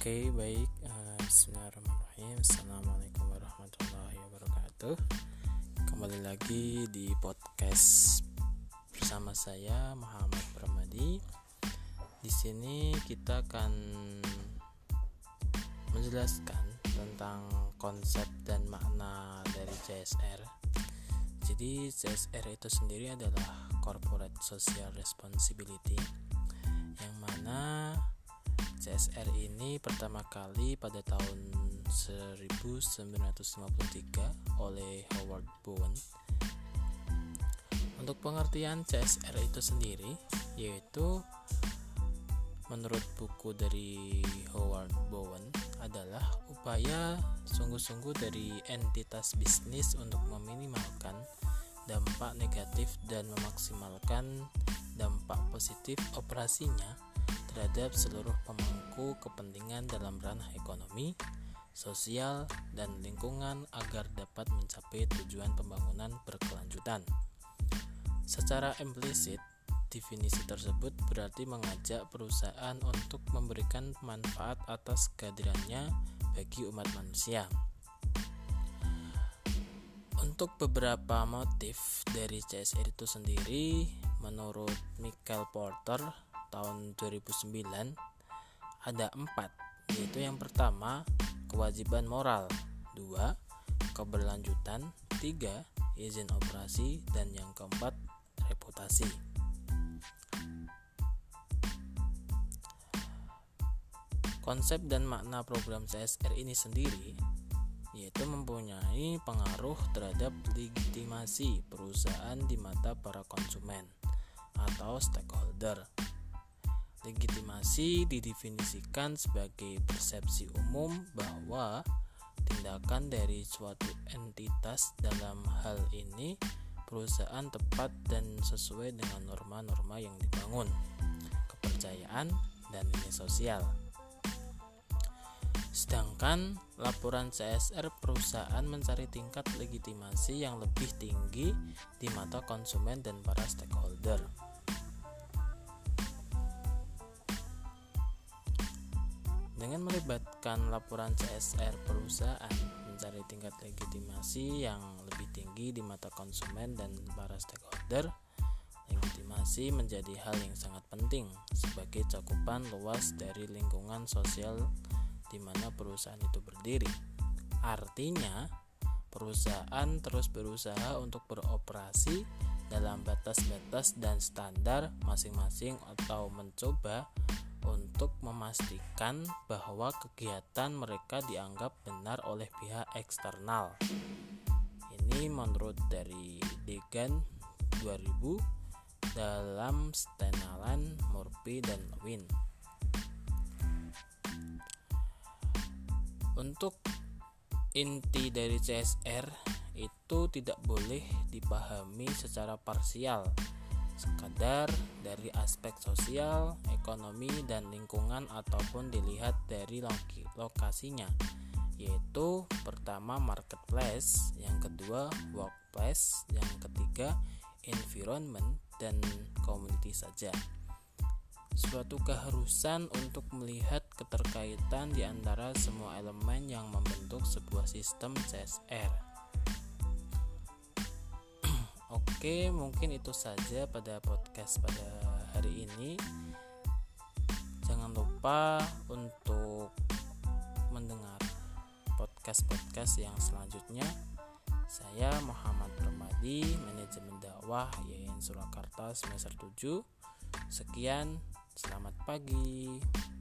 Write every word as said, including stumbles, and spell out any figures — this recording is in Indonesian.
Oke, baik. Uh, Bismillahirrahmanirrahim. Assalamualaikum warahmatullahi wabarakatuh. Kembali lagi di podcast bersama saya Muhammad Pramadi. Di sini kita akan menjelaskan tentang konsep dan makna dari C S R. Jadi C S R itu sendiri adalah Corporate Social Responsibility, yang mana C S R ini pertama kali pada tahun seribu sembilan ratus lima puluh tiga oleh Howard Bowen. Untuk pengertian C S R itu sendiri, yaitu menurut buku dari Howard Bowen adalah upaya sungguh-sungguh dari entitas bisnis untuk meminimalkan dampak negatif dan memaksimalkan dampak positif operasinya terhadap seluruh pemangku kepentingan dalam ranah ekonomi, sosial, dan lingkungan agar dapat mencapai tujuan pembangunan berkelanjutan. Secara implisit, definisi tersebut berarti mengajak perusahaan untuk memberikan manfaat atas kehadirannya bagi umat manusia. Untuk beberapa motif dari C S R itu sendiri, menurut Michael Porter tahun dua ribu sembilan ada empat, yaitu yang pertama kewajiban moral, dua keberlanjutan, tiga izin operasi, dan yang keempat reputasi. Konsep dan makna program C S R ini sendiri yaitu mempunyai pengaruh terhadap legitimasi perusahaan di mata para konsumen atau stakeholder. Legitimasi didefinisikan sebagai persepsi umum bahwa tindakan dari suatu entitas dalam hal ini perusahaan tepat dan sesuai dengan norma-norma yang dibangun, kepercayaan, dan nilai sosial. Sedangkan laporan C S R perusahaan mencari tingkat legitimasi yang lebih tinggi di mata konsumen dan para stakeholder. Dengan melibatkan laporan C S R perusahaan mencari tingkat legitimasi yang lebih tinggi di mata konsumen dan para stakeholder, legitimasi menjadi hal yang sangat penting sebagai cakupan luas dari lingkungan sosial di mana perusahaan itu berdiri. Artinya, perusahaan terus berusaha untuk beroperasi dalam batas-batas dan standar masing-masing atau mencoba untuk memastikan bahwa kegiatan mereka dianggap benar oleh pihak eksternal. Ini menurut dari Degan dua ribu dalam Stenalan, Murphy, dan Lewin. Untuk inti dari C S R itu tidak boleh dipahami secara parsial, sekadar dari aspek sosial, ekonomi, dan lingkungan ataupun dilihat dari lokasinya, yaitu pertama marketplace, yang kedua workplace, yang ketiga environment, dan community saja. Suatu keharusan untuk melihat keterkaitan di antara semua elemen yang membentuk sebuah sistem C S R. Oke, mungkin itu saja pada podcast pada hari ini. Jangan lupa untuk mendengar podcast-podcast yang selanjutnya. Saya Muhammad Pramadi, manajemen dakwah Y A I N Surakarta semester tujuh. Sekian, selamat pagi.